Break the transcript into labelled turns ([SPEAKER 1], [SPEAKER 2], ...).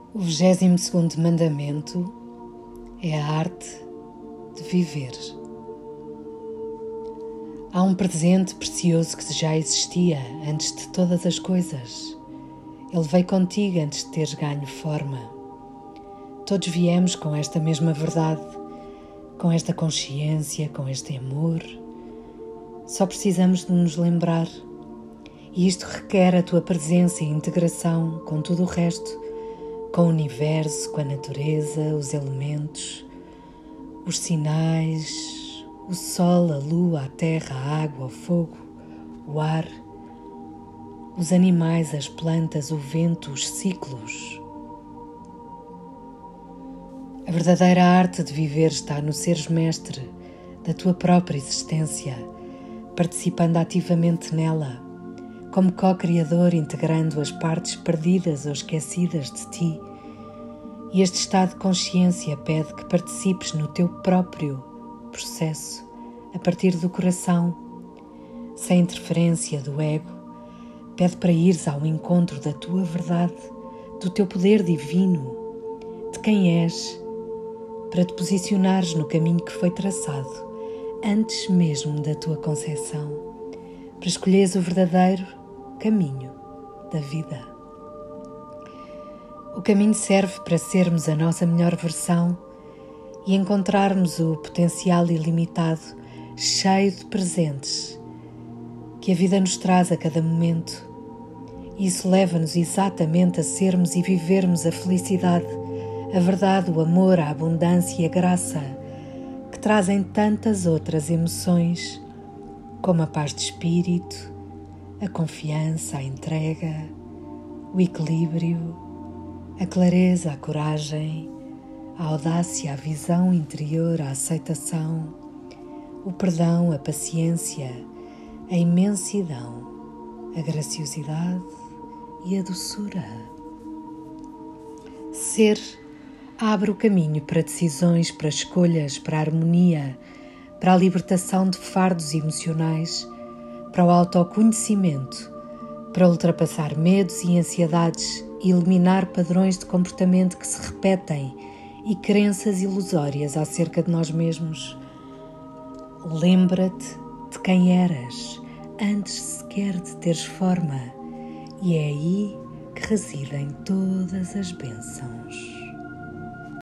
[SPEAKER 1] O 22º mandamento é a arte de viver. Há um presente precioso que já existia antes de todas as coisas. Ele veio contigo antes de teres ganho forma. Todos viemos com esta mesma verdade, com esta consciência, com este amor. Só precisamos de nos lembrar. E isto requer a tua presença e integração com tudo o resto, com o universo, com a natureza, os elementos, os sinais, o sol, a lua, a terra, a água, o fogo, o ar, os animais, as plantas, o vento, os ciclos. A verdadeira arte de viver está no seres mestre da tua própria existência, participando ativamente nela, como co-criador, integrando as partes perdidas ou esquecidas de ti. E este estado de consciência pede que participes no teu próprio processo, a partir do coração, sem interferência do ego. Pede para ires ao encontro da tua verdade, do teu poder divino, de quem és, para te posicionares no caminho que foi traçado antes mesmo da tua concepção, para escolheres o verdadeiro caminho da vida. O caminho serve para sermos a nossa melhor versão e encontrarmos o potencial ilimitado, cheio de presentes, que a vida nos traz a cada momento. Isso leva-nos exatamente a sermos e vivermos a felicidade, a verdade, o amor, a abundância e a graça, que trazem tantas outras emoções, como a paz de espírito, a confiança, a entrega, o equilíbrio, a clareza, a coragem, a audácia, a visão interior, a aceitação, o perdão, a paciência, a imensidão, a graciosidade e a doçura. Ser abre o caminho para decisões, para escolhas, para a harmonia, para a libertação de fardos emocionais, para o autoconhecimento, para ultrapassar medos e ansiedades e eliminar padrões de comportamento que se repetem e crenças ilusórias acerca de nós mesmos. Lembra-te de quem eras antes sequer de teres forma, e é aí que residem todas as bênçãos.